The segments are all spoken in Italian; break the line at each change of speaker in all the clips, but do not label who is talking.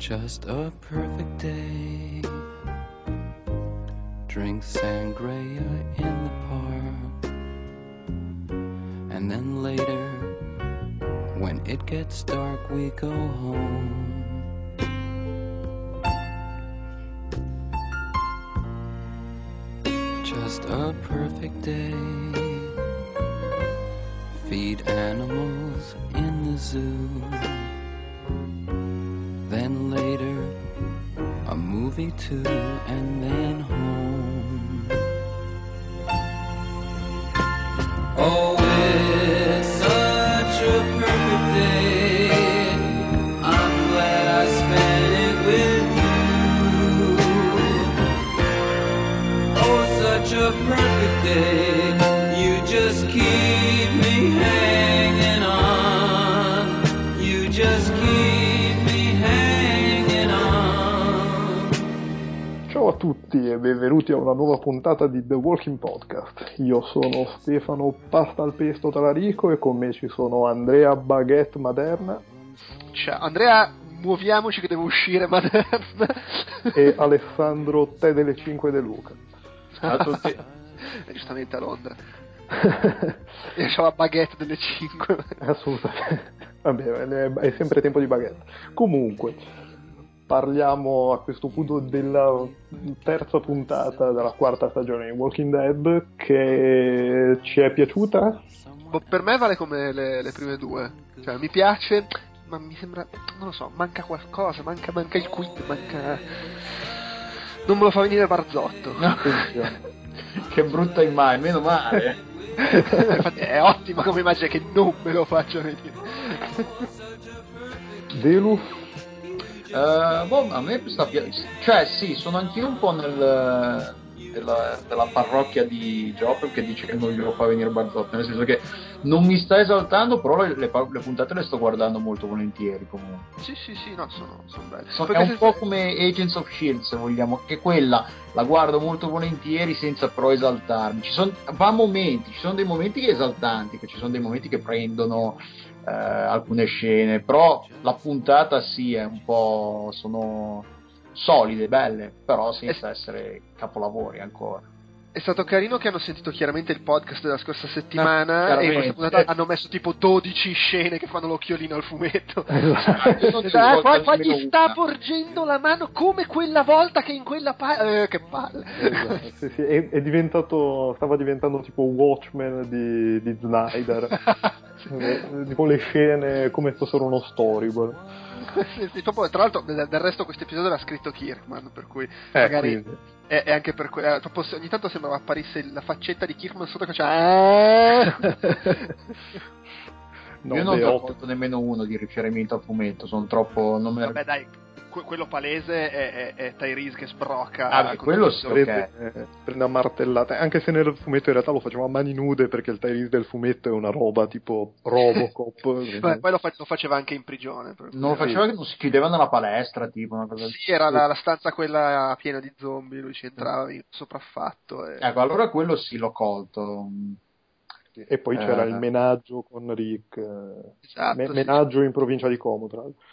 Just a perfect day. Drink sangria in the park. And then later, when it gets dark, we go home. Just a perfect day. Feed animals in the zoo. Then later, a movie too, and then home. Oh, it's such a perfect day. I'm glad I spent it with you. Oh, such a perfect day. You just keep me hanging on. You just keep me hanging on.
Ciao a tutti e benvenuti a una nuova puntata di The Walking Podcast. Io sono Stefano Pasta al Pesto Talarico e con me ci sono Andrea Baguette Maderna.
Ciao Andrea, muoviamoci che devo uscire Maderna.
E Alessandro Te delle 5 De Luca.
Ciao a tutti. Giustamente a Londra. Io ho la baguette delle 5.
Assolutamente. Vabbè, è sempre tempo di baguette. Comunque, parliamo a questo punto della terza puntata della quarta stagione di Walking Dead, che ci è piaciuta?
Per me vale come le prime due. Cioè, mi piace, ma mi sembra, non lo so, manca qualcosa, manca il quid, manca... Non me lo fa venire Barzotto.
No. Che brutta immagine, meno male.
Infatti è ottima come immagine che non me lo faccio venire.
Delu?
A me sta cioè sì, sono anch'io un po' della parrocchia di Job che dice che non glielo fa venire Barzotto, nel senso che non mi sta esaltando, però le puntate le sto guardando molto volentieri comunque.
Sì, no, sono belle.
È un po' come Agents of S.H.I.E.L.D., se vogliamo, che quella la guardo molto volentieri senza però esaltarmi. Ci sono dei momenti esaltanti, che ci sono dei momenti che prendono alcune scene, però la puntata sì, è un po', sono solide, belle, però senza essere capolavori ancora.
È stato carino che hanno sentito chiaramente il podcast della scorsa settimana e in questa puntata hanno messo tipo 12 scene che fanno l'occhiolino al fumetto. Qua gli sta porgendo la mano come quella volta che in quella che palle.
Esatto, sì, è diventato, stava diventando tipo Watchmen di Snyder. Tipo le scene come se fossero uno storyboard.
Sì, tra l'altro del resto questo episodio l'ha scritto Kirkman, per cui magari è anche per quello, ogni tanto sembrava apparisse la faccetta di Kirkman sotto che c'è.
No, io non ho fatto nemmeno uno di riferimento al fumetto, sono troppo...
Vabbè dai, quello palese è Tyrese che sbrocca.
Ah, quello sì,
prende a martellate, anche se nel fumetto in realtà lo faceva a mani nude, perché il Tyrese del fumetto è una roba tipo Robocop.
Poi lo faceva anche in prigione.
Non lo faceva che non si chiudeva nella palestra, tipo una cosa.
Sì, era la stanza quella piena di zombie, lui ci entrava sopraffatto.
Ecco, allora quello sì, l'ho colto.
E poi c'era il menaggio con Rick.
Esatto,
menaggio in provincia di Como, tra l'altro.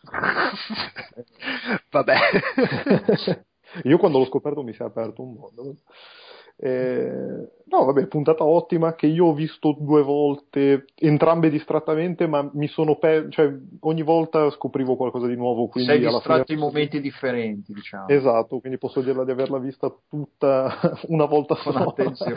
Vabbè.
Io quando l'ho scoperto mi si è aperto un mondo. No, vabbè, puntata ottima che io ho visto 2 volte, entrambe distrattamente, ma mi sono cioè ogni volta scoprivo qualcosa di nuovo, quindi
sei distratto in momenti differenti, diciamo.
Esatto, quindi posso dirla di averla vista tutta una volta
con
sola.
attenzione.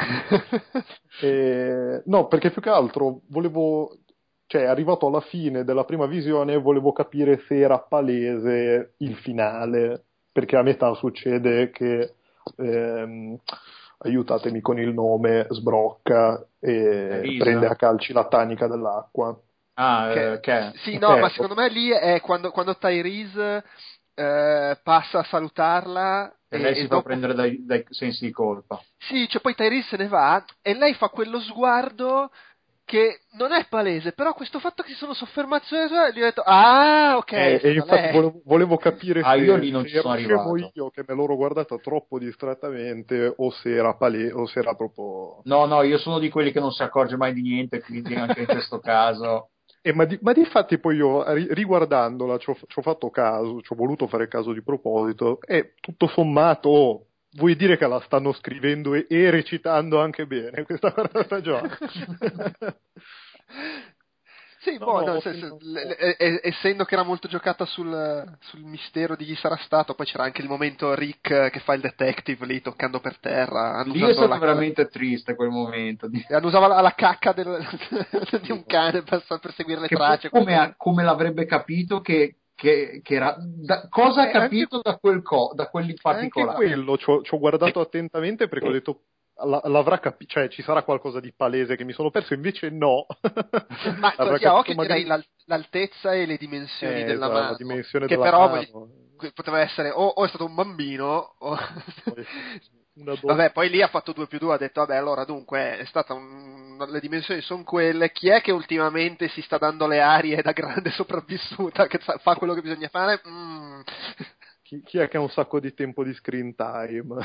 No, perché più che altro cioè arrivato alla fine della prima visione volevo capire se era palese il finale, perché a metà succede che aiutatemi con il nome, sbrocca e prende a calci la tanica dell'acqua.
Sì, no, ma secondo me lì è quando Tyrese passa a salutarla
e lei si fa prendere dai sensi di colpa.
Sì, cioè poi Tyrese se ne va e lei fa quello sguardo che non è palese, però questo fatto che si sono soffermati su gli ho detto ok,
e infatti volevo capire se
io lì non ci sono arrivato.
Io che me l'ho guardato troppo distrattamente o se era palese o se era proprio...
No, io sono di quelli che non si accorge mai di niente, quindi anche in questo caso
Ma di fatti poi io riguardandola ci ho fatto caso, ci ho voluto fare caso di proposito, e tutto sommato vuoi dire che la stanno scrivendo e recitando anche bene questa quarta stagione?
Sì, essendo che era molto giocata sul mistero di chi sarà stato, poi c'era anche il momento Rick che fa il detective lì toccando per terra.
Lì è stato veramente triste quel momento.
Hanno usato la cacca di un cane per seguire le tracce.
Come l'avrebbe capito che era cosa ha capito da quelli particolari?
Anche quello ci ho guardato attentamente perché ho detto l'avrà capito, cioè ci sarà qualcosa di palese che mi sono perso, invece no.
Ma a occhio direi l'altezza e le dimensioni della mano,
la dimensione
che
della
però
mano.
Poteva essere o è stato un bambino o... Vabbè, poi lì ha fatto 2+2, ha detto vabbè, allora dunque è stata le dimensioni sono quelle, chi è che ultimamente si sta dando le arie da grande sopravvissuta che fa quello che bisogna fare?
Chi è che ha un sacco di tempo di screen time?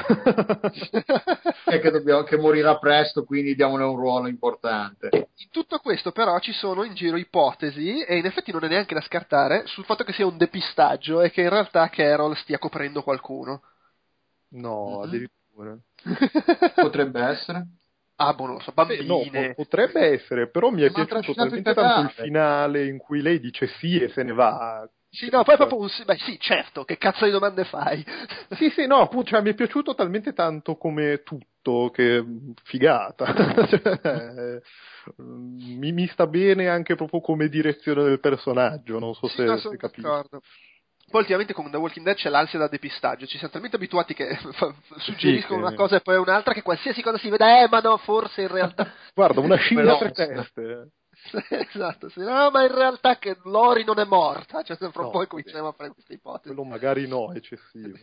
che morirà presto, quindi diamone un ruolo importante.
In tutto questo però ci sono in giro ipotesi, e in effetti non è neanche da scartare, sul fatto che sia un depistaggio e che in realtà Carol stia coprendo qualcuno.
No, addirittura.
Potrebbe essere.
Ah, non lo so, bambine.
No, potrebbe essere, però mi è piaciuto talmente tanto il finale in cui lei dice sì e se ne va.
Sì, no, poi proprio sì, certo, che cazzo di domande fai?
Sì, no, cioè mi è piaciuto talmente tanto come tutto, che figata. Cioè, mi sta bene anche proprio come direzione del personaggio, non so se capisci.
D'accordo. Poi ultimamente con The Walking Dead c'è l'ansia da depistaggio, ci siamo talmente abituati che suggeriscono una cosa e poi un'altra, che qualsiasi cosa si vede, ma no, forse in realtà...
Guarda, una scimmia a 3 teste.
Esatto, sì. No, ma in realtà che Lori non è morta, cioè sempre un po' cominciamo a fare queste ipotesi.
Quello magari no, è eccessivo.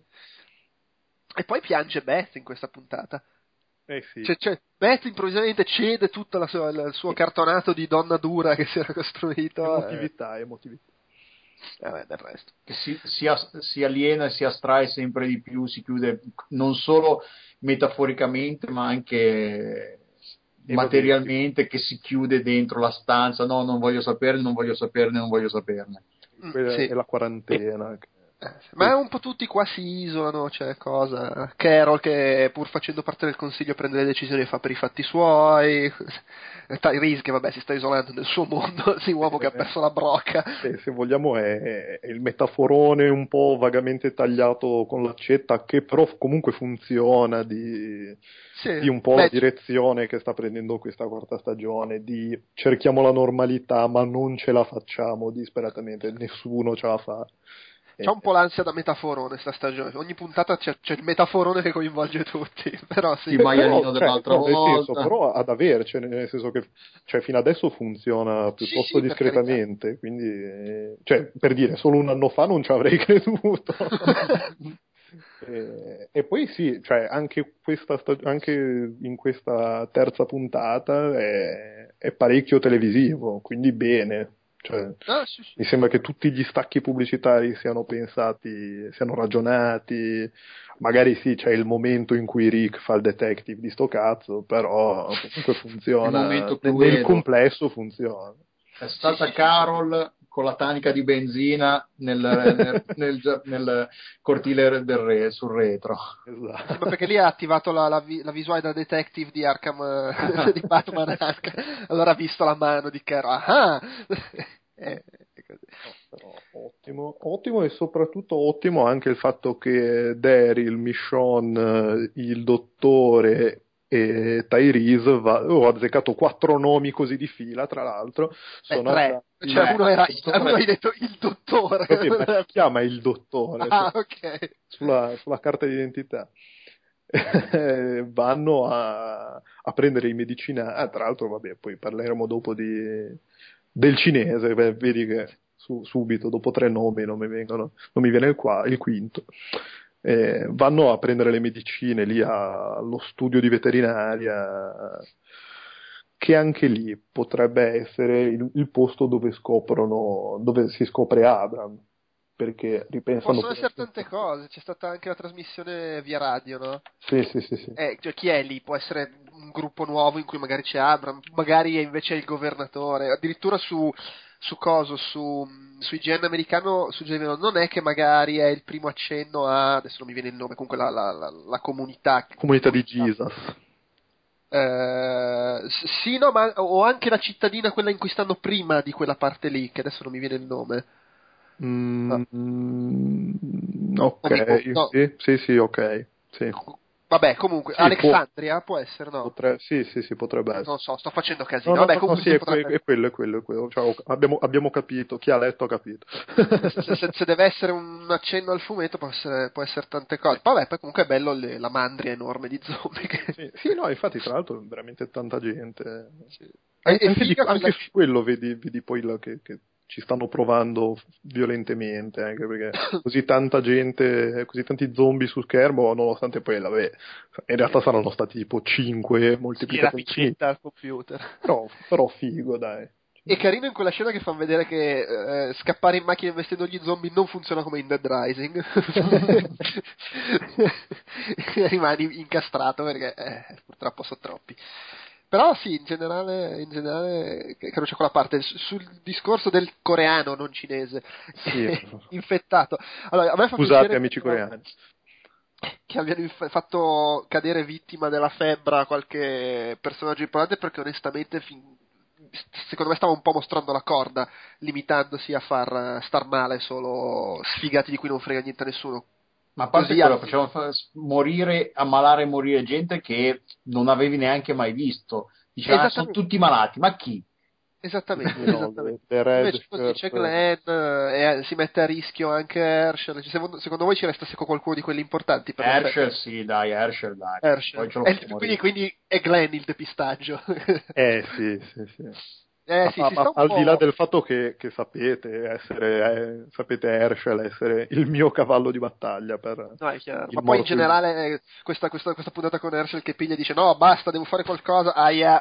E poi piange Beth in questa puntata.
Sì.
Cioè, Beth improvvisamente cede tutto il suo cartonato di donna dura che si era costruito.
Emotività.
Del resto.
Che si aliena e si astrae sempre di più, si chiude non solo metaforicamente ma anche materialmente, che si chiude dentro la stanza. No, non voglio saperne.
Quella è la quarantena.
Ma un po' tutti qua si isolano, cioè cosa? Carol che pur facendo parte del consiglio prende le decisioni e fa per i fatti suoi, Tyrese che vabbè si sta isolando nel suo mondo, sì, uomo che ha perso la brocca.
Se vogliamo è il metaforone un po' vagamente tagliato con l'accetta, che però comunque funziona di un po' la direzione che sta prendendo questa quarta stagione, di cerchiamo la normalità ma non ce la facciamo disperatamente, nessuno ce la fa.
C'è un po' l'ansia da metaforone sta stagione, ogni puntata c'è il metaforone che coinvolge tutti, però sì.
Il maialino dell'altra volta.
Nel senso, però ad avercene, nel senso che fino adesso funziona piuttosto discretamente, quindi per dire, solo un anno fa non ci avrei creduto. E poi sì, anche in questa terza puntata è parecchio televisivo, quindi bene. Mi sembra che tutti gli stacchi pubblicitari siano pensati, siano ragionati. Magari sì, c'è il momento in cui Rick fa il detective di sto cazzo, però comunque funziona, nel complesso funziona.
È stata Carol con la tanica di benzina nel cortile del re, sul retro.
Esatto.
Sì, ma perché lì ha attivato la visuale da detective di Arkham, di Batman Arkham. Allora ha visto la mano di Carol.
Ottimo, e soprattutto ottimo anche il fatto che Daryl, Michonne, il dottore e Tyrese ho azzeccato 4 nomi così di fila, tra l'altro sono
3. Uno hai detto il dottore,
ma si chiama il dottore
ok,
sulla carta d'identità. Vanno a prendere i medicinali. Tra l'altro vabbè, poi parleremo dopo del cinese. Vedi che subito dopo 3 nomi non mi viene il quinto. Vanno a prendere le medicine lì allo studio di veterinaria, che anche lì potrebbe essere il posto dove si scopre Abram, perché ripensano.
Possono essere tante cose, c'è stata anche la trasmissione via radio, no?
Sì.
Chi è lì? Può essere un gruppo nuovo in cui magari c'è Abram, magari invece è il governatore, addirittura su IGN americano suggerivano non è che magari è il primo accenno a, adesso non mi viene il nome, comunque la comunità
di Jesus.
Sì, no, ma o anche la cittadina, quella in cui stanno prima di quella parte lì, che adesso non mi viene il nome.
Ok,
no.
sì, ok. Sì.
Vabbè, comunque, sì, Alexandria può essere, no?
Sì, potrebbe essere.
Non so, sto facendo casino. Vabbè, comunque
sì, è quello. Cioè, abbiamo capito, chi ha letto ha capito.
se deve essere un accenno al fumetto può essere tante cose. Vabbè, poi comunque è bello la mandria enorme di zombie.
Sì, no, infatti tra l'altro veramente tanta gente.
Sì.
Anche su quello vedi poi che ci stanno provando violentemente, anche perché così tanta gente, così tanti zombie su schermo, nonostante poi in realtà saranno stati tipo 5 moltiplicati
al computer.
Però figo, dai.
È carino in quella scena che fanno vedere che scappare in macchina investendo gli zombie non funziona come in Dead Rising. Rimani incastrato perché purtroppo sono troppi. Però sì, in generale credo c'è quella parte sul discorso del coreano, non cinese, infettato. Allora, a me fa
Scusate amici coreani.
Che abbiano fatto cadere vittima della febbra qualche personaggio importante, perché onestamente secondo me stava un po' mostrando la corda, limitandosi a far star male solo sfigati di cui non frega niente a nessuno.
Ma a parte quello, facciamo ammalare e morire gente che non avevi neanche mai visto. Diceva, sono tutti malati, ma chi?
Esattamente.
Invece
c'è Glenn, si mette a rischio anche Herschel. Secondo voi ci resta secco qualcuno di quelli importanti?
Herschel dai.
Quindi è Glenn il depistaggio.
Sì.
Al
di là del fatto che sapete Herschel essere il mio cavallo di battaglia per
no, è chiaro. Ma poi in generale questa puntata con Herschel che piglia e dice no basta, devo fare qualcosa,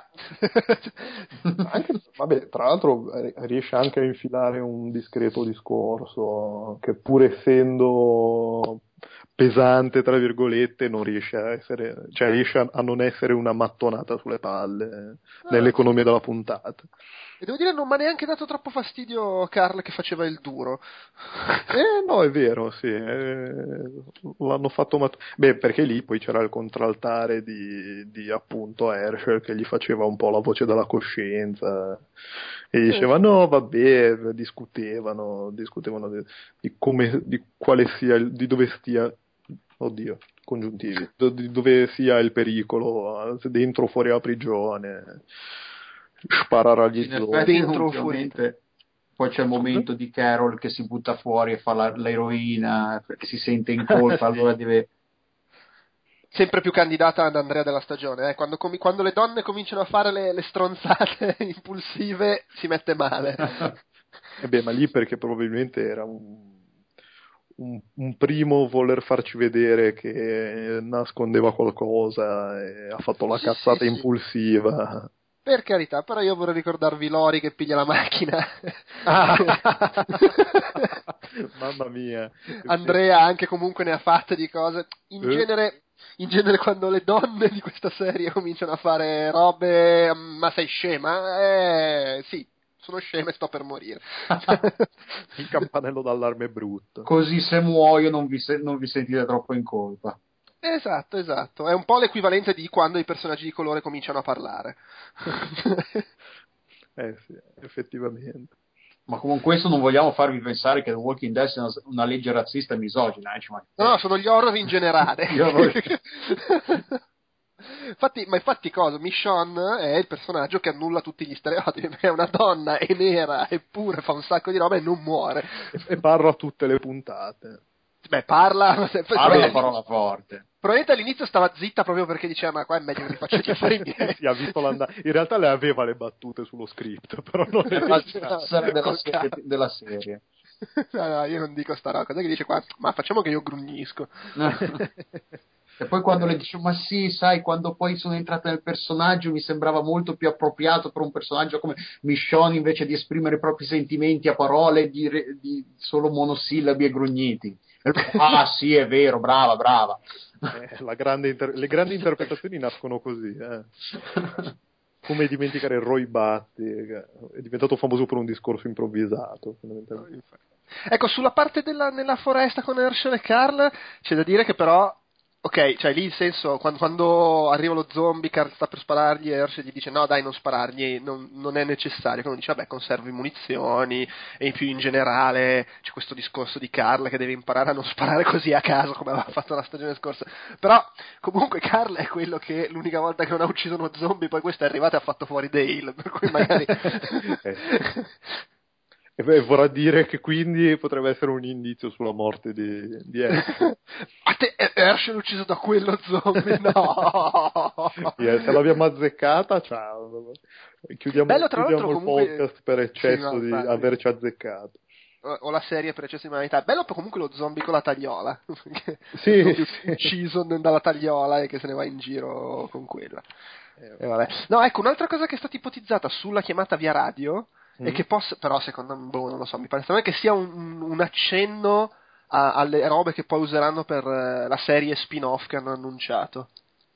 vabbè, tra l'altro riesce anche a infilare un discreto discorso che pur essendo pesante tra virgolette non riesce a essere, cioè riesce a non essere una mattonata sulle palle nell'economia della puntata.
E devo dire non mi ha neanche dato troppo fastidio Carl che faceva il duro.
No, è vero, sì, l'hanno fatto perché lì poi c'era il contraltare di appunto Herschel che gli faceva un po' la voce della coscienza e diceva no vabbè, discutevano di quale sia, di dove stia, oddio, congiuntivi, di dove sia il pericolo, se dentro o fuori la prigione, sparare agli zombie
dentro o fuori. Poi c'è il momento di Carol che si butta fuori e fa l'eroina perché si sente in colpa, allora deve
sempre più candidata ad Andrea della stagione, quando le donne cominciano a fare le stronzate impulsive si mette male.
Ma lì perché probabilmente era un primo voler farci vedere che nascondeva qualcosa e ha fatto la cazzata impulsiva.
Per carità, però io vorrei ricordarvi Lori che piglia la macchina.
Mamma mia.
Andrea anche comunque ne ha fatte di cose. In genere quando le donne di questa serie cominciano a fare robe, ma sei scema? Sì, sono scema e sto per morire.
Il campanello d'allarme è brutto.
Così se muoio non vi sentite troppo in colpa.
Esatto, è un po' l'equivalente di quando i personaggi di colore cominciano a parlare.
Sì, effettivamente.
Ma con questo non vogliamo farvi pensare che The Walking Dead sia una legge razzista e misogina.
No, sono gli horror in generale. Infatti cosa? Michonne è il personaggio che annulla tutti gli stereotipi, è una donna, è nera, eppure fa un sacco di roba e non muore.
E parla tutte le puntate.
Parla
una parola forte.
Probabilmente all'inizio stava zitta proprio perché diceva ma qua è meglio che mi faccia fare i miei.
Sì, ha visto in realtà le aveva le battute sullo script, però non era
della serie.
No, io non dico sta roba, cosa che dice qua? Ma facciamo che io grugnisco.
E poi quando le dicevo, ma sì, sai, quando poi sono entrata nel personaggio mi sembrava molto più appropriato per un personaggio come Michonne invece di esprimere i propri sentimenti a parole di solo monosillabi e grugniti. Sì, è vero, brava.
Le grandi interpretazioni nascono così, Come dimenticare Roy Batty, che è diventato famoso per un discorso improvvisato, fondamentalmente.
Ecco, sulla parte nella foresta con Herschel e Carl c'è da dire che però, ok, cioè lì il senso, quando arriva lo zombie, Carl sta per sparargli e Herschel gli dice no dai non sparargli, non è necessario, quando dice vabbè conservi munizioni, e più in generale c'è questo discorso di Carl che deve imparare a non sparare così a caso come aveva fatto la stagione scorsa, però comunque Carl è quello che l'unica volta che non ha ucciso uno zombie poi questo è arrivato e ha fatto fuori Dale, per cui magari...
E vorrà dire che quindi potrebbe essere un indizio sulla morte di Herschel.
Ma te Herschel è ucciso da quello zombie? No!
Se l'abbiamo azzeccata, ciao. Chiudiamo
Bello, tra l'altro,
il
comunque...
podcast per eccesso di averci azzeccato.
O la serie per eccesso di umanità. Bello comunque lo zombie con la tagliola.
Sì.
Ucciso dalla tagliola e che se ne va in giro con quella. Vabbè. No, ecco, un'altra cosa che è stata ipotizzata sulla chiamata via radio e che possa, però secondo me, non lo so, mi pare strano che sia un accenno alle robe che poi useranno per la serie spin-off che hanno annunciato.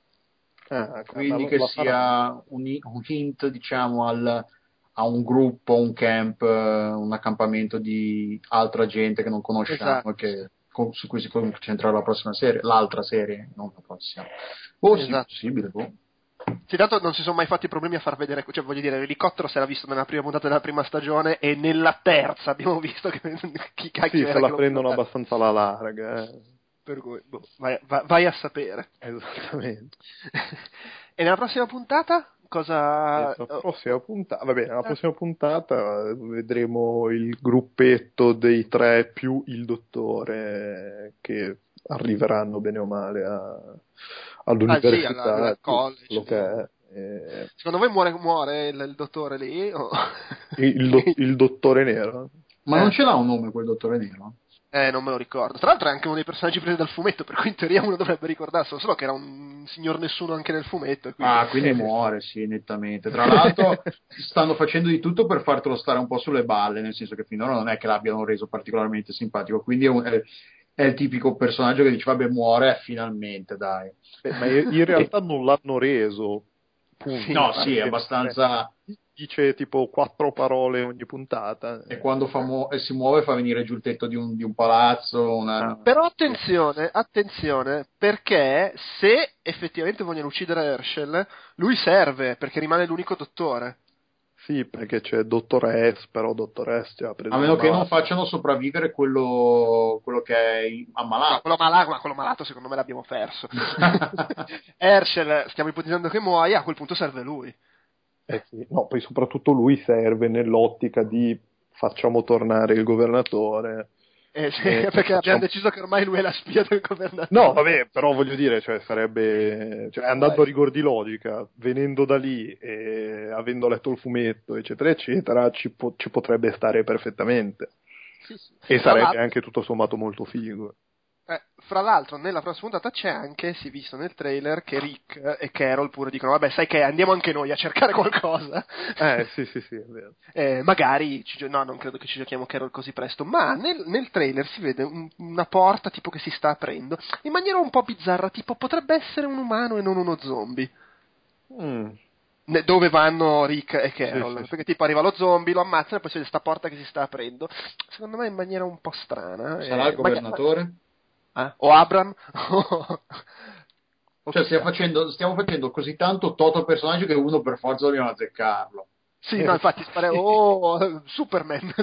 Quindi che sia un hint, diciamo, a un gruppo, un camp, un accampamento di altra gente che non conosciamo, esatto. Su cui si concentrerà la prossima serie, l'altra serie, non la prossima. Esatto. Sì, possibile,
Sì, tanto non si sono mai fatti problemi a far vedere, cioè voglio dire, l'elicottero si era visto nella prima puntata della prima stagione e nella terza abbiamo visto che chi cacchio era
se la prendono abbastanza alla larga.
Per cui, vai a sapere.
Esattamente.
E nella prossima puntata cosa...
Nella prossima puntata vedremo il gruppetto dei tre più il dottore che arriveranno bene o male all'università,
al college,
quello che è.
Secondo voi muore il dottore lì? O...
il dottore nero?
Ma non ce l'ha un nome quel dottore nero?
Non me lo ricordo. Tra l'altro è anche uno dei personaggi presi dal fumetto, per cui in teoria uno dovrebbe ricordarselo, solo che era un signor nessuno anche nel fumetto.
Quindi muore, sì, nettamente. Tra l'altro stanno facendo di tutto per fartelo stare un po' sulle balle, nel senso che finora non è che l'abbiano reso particolarmente simpatico, quindi è il tipico personaggio che dice vabbè muore finalmente, dai.
Ma in realtà non l'hanno reso.
Punto. No, sì, è abbastanza...
Dice tipo 4 parole ogni puntata.
E quando si muove fa venire giù il tetto di un palazzo.
Però attenzione, perché se effettivamente vogliono uccidere Herschel, lui serve, perché rimane l'unico dottore.
Sì, perché c'è Dottor S, però Dottor S ha preso.
A meno che non facciano sopravvivere quello che è ammalato.
No, quello malato secondo me l'abbiamo perso. Herschel, stiamo ipotizzando che muoia, a quel punto serve lui.
Sì. No, poi soprattutto lui serve nell'ottica di facciamo tornare il governatore.
Perché abbiamo deciso che ormai lui è la spia del governatore.
No, vabbè, però voglio dire, sarebbe, andando a rigor di logica, venendo da lì e avendo letto il fumetto, eccetera, eccetera, ci potrebbe stare perfettamente.
Sì.
E sarebbe anche tutto sommato molto figo.
Fra l'altro nella prossima puntata c'è anche, si è visto nel trailer, che Rick e Carol pure dicono vabbè sai che andiamo anche noi a cercare qualcosa.
Sì, è vero.
Magari, non credo che ci giochiamo Carol così presto, ma nel trailer si vede una porta tipo che si sta aprendo, in maniera un po' bizzarra, tipo potrebbe essere un umano e non uno zombie. Dove vanno Rick e Carol, sì. Perché tipo arriva lo zombie, lo ammazzano e poi c'è questa porta che si sta aprendo, secondo me in maniera un po' strana.
Sarà il governatore?
O Abram?
Cioè stiamo facendo così tanto toto personaggio che uno per forza dobbiamo azzeccarlo.
Sì, no, infatti Superman.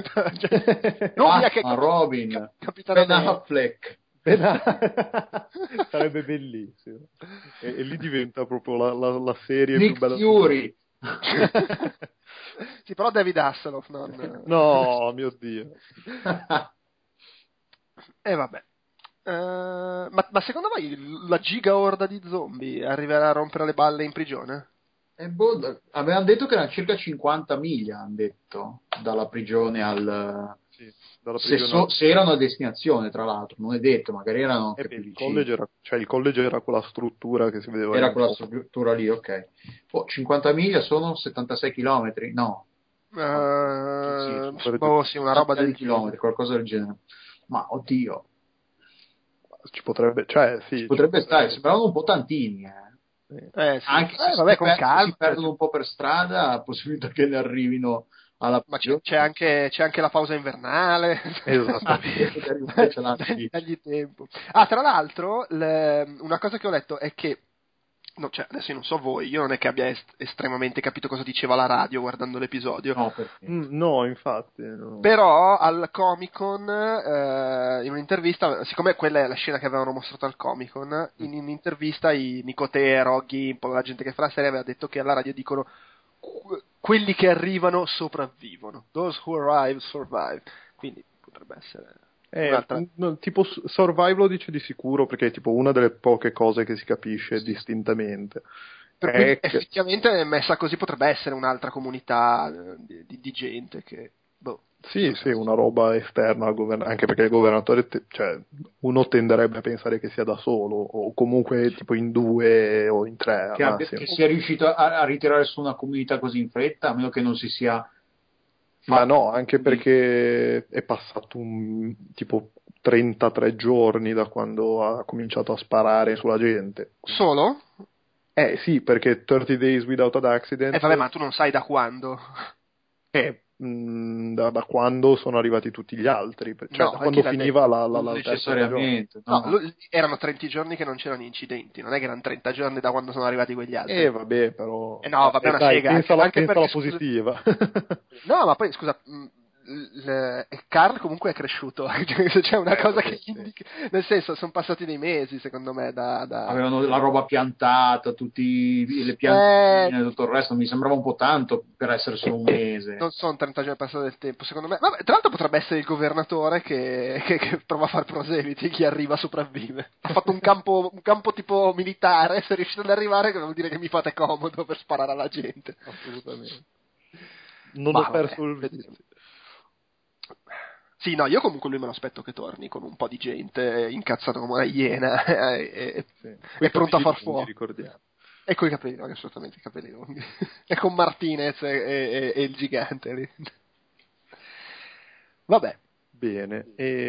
Robin, Ben Affleck.
Sarebbe bellissimo. E lì diventa proprio la serie
Nick
più bella.
Fury.
Sì, però David Hasselhoff
no, mio Dio.
Vabbè. Ma secondo voi la giga orda di zombie arriverà a rompere le balle in prigione?
Avevano detto che erano circa 50 miglia, hanno detto, dalla prigione al... Sì, se erano a destinazione, tra l'altro, non è detto, magari erano anche più vicini.
Il college era quella struttura che si vedeva.
Era quella struttura lì, ok. 50 miglia sono 76 chilometri? No.
Sì, una roba del
chilometri, qualcosa del genere. Ma oddio.
ci potrebbe, cioè sì,
ci potrebbe stare, sembravano un po' tantini,
Sì.
Anche se
vabbè, con calma,
si perdono un po' per strada, possibilità che ne arrivino alla
ma c'è anche la pausa invernale. Dagli tempo. Tra l'altro, una cosa che ho letto è che no, cioè, adesso io non so voi, io non è che abbia estremamente capito cosa diceva la radio guardando l'episodio.
No, perché?
No, infatti. No.
Però al Comic Con, in un'intervista, siccome quella è la scena che avevano mostrato al Comic Con, in un'intervista i Nicotero, Gimp, la gente che fa la serie aveva detto che alla radio dicono quelli che arrivano sopravvivono. Those who arrive survive. Quindi potrebbe essere...
tipo Survive lo dice di sicuro perché è tipo una delle poche cose che si capisce distintamente.
Per cui effettivamente messa così potrebbe essere un'altra comunità di gente che
sì, una roba esterna al governo, anche perché il governatore cioè uno tenderebbe a pensare che sia da solo o comunque tipo in 2 o in 3
che sia riuscito a ritirare su una comunità così in fretta, a meno che non si sia...
Ma no, anche perché è passato tipo 33 giorni da quando ha cominciato a sparare sulla gente.
Solo?
Sì, perché 30 Days Without an Accident...
vabbè, ma tu non sai da quando.
Da quando sono arrivati tutti gli altri, cioè
no,
da quando finiva la
necessariamente.
Erano 30 giorni che non c'erano incidenti, non è che erano 30 giorni da quando sono arrivati quegli altri.
Vabbè, però...
no, vabbè, una sega.
Pensa alla positiva.
No, ma poi, scusa... Carl comunque è cresciuto, c'è una cosa che indica, nel senso sono passati dei mesi secondo me
avevano la roba piantata, tutti le piantine, tutto il resto, mi sembrava un po' tanto per essere solo un mese.
Non sono 30 giorni passato del tempo secondo me. Vabbè, tra l'altro potrebbe essere il governatore che prova a far proseliti, chi arriva sopravvive, ha fatto un campo tipo militare, se riuscite ad arrivare vuol dire che mi fate comodo per sparare alla gente.
Assolutamente non ho perso il vizio.
Sì, no, io comunque lui me lo aspetto che torni con un po' di gente incazzato come una iena e pronto a far fuoco.
Ricordiamo.
E coi capelli, no, assolutamente i capelli lunghi. E con Martinez e il gigante lì. Vabbè.
Bene.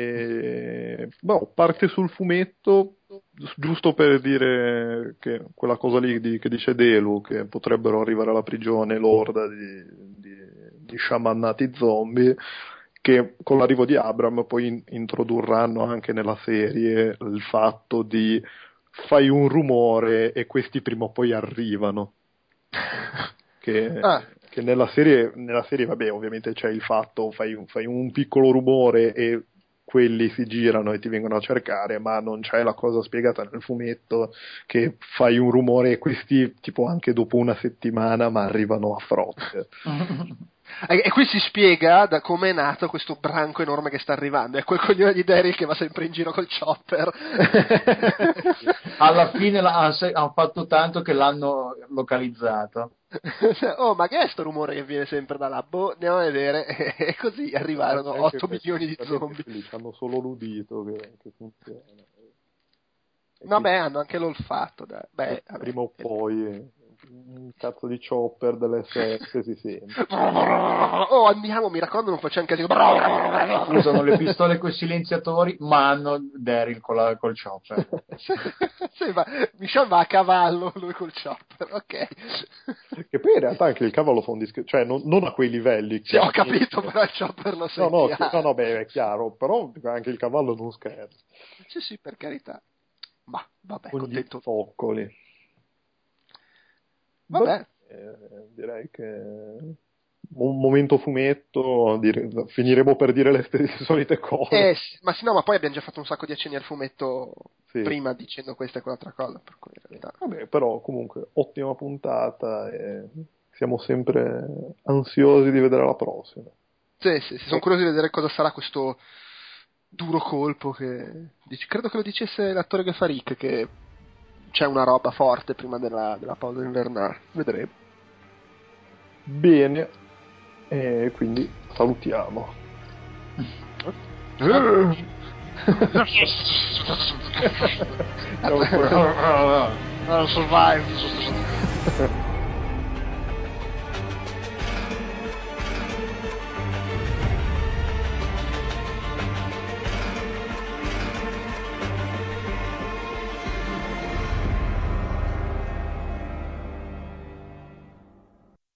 Parte sul fumetto, giusto per dire che quella cosa lì che dice Delu, che potrebbero arrivare alla prigione l'orda di sciamannati zombie, che con l'arrivo di Abram poi introdurranno anche nella serie il fatto di fai un rumore e questi prima o poi arrivano. che nella serie vabbè, ovviamente c'è il fatto fai un piccolo rumore e quelli si girano e ti vengono a cercare, ma non c'è la cosa spiegata nel fumetto che fai un rumore e questi tipo anche dopo una settimana ma arrivano a frotte.
E qui si spiega da come è nato questo branco enorme che sta arrivando. È quel coglione di Daryl che va sempre in giro col chopper.
Alla fine hanno fatto tanto che l'hanno localizzato.
Ma che è sto rumore che viene sempre da là? Andiamo a vedere. E così arrivarono 8 milioni di zombie.
Ci hanno solo l'udito che funziona.
Vabbè, hanno anche l'olfatto.
Prima o poi un cazzo di chopper dell'SS si sente.
Andiamo, mi raccomando, non facciamo casino.
Usano le pistole con i silenziatori, ma hanno Daryl col chopper.
Sì, Michel va a cavallo, lui col chopper, ok.
Che poi in realtà anche il cavallo fa un discorso, cioè non a quei livelli.
Sì, ho capito, però il chopper lo sentiamo.
No, è chiaro, però anche il cavallo non scherza.
Sì, per carità. Ma vabbè,
con
contento.
Gli zoccoli.
Vabbè.
Direi che un momento fumetto, finiremo per dire le solite cose.
Ma sì, no, ma poi abbiamo già fatto un sacco di accenni al fumetto prima dicendo questa e quell'altra cosa, per cui in realtà...
Vabbè, però comunque ottima puntata e siamo sempre ansiosi di vedere la prossima.
Sì, sono curioso di vedere cosa sarà questo duro colpo che... Credo che lo dicesse l'attore che fa Rick, che c'è una roba forte prima della pausa invernale. Vedremo.
Bene, e quindi salutiamo.
Survive.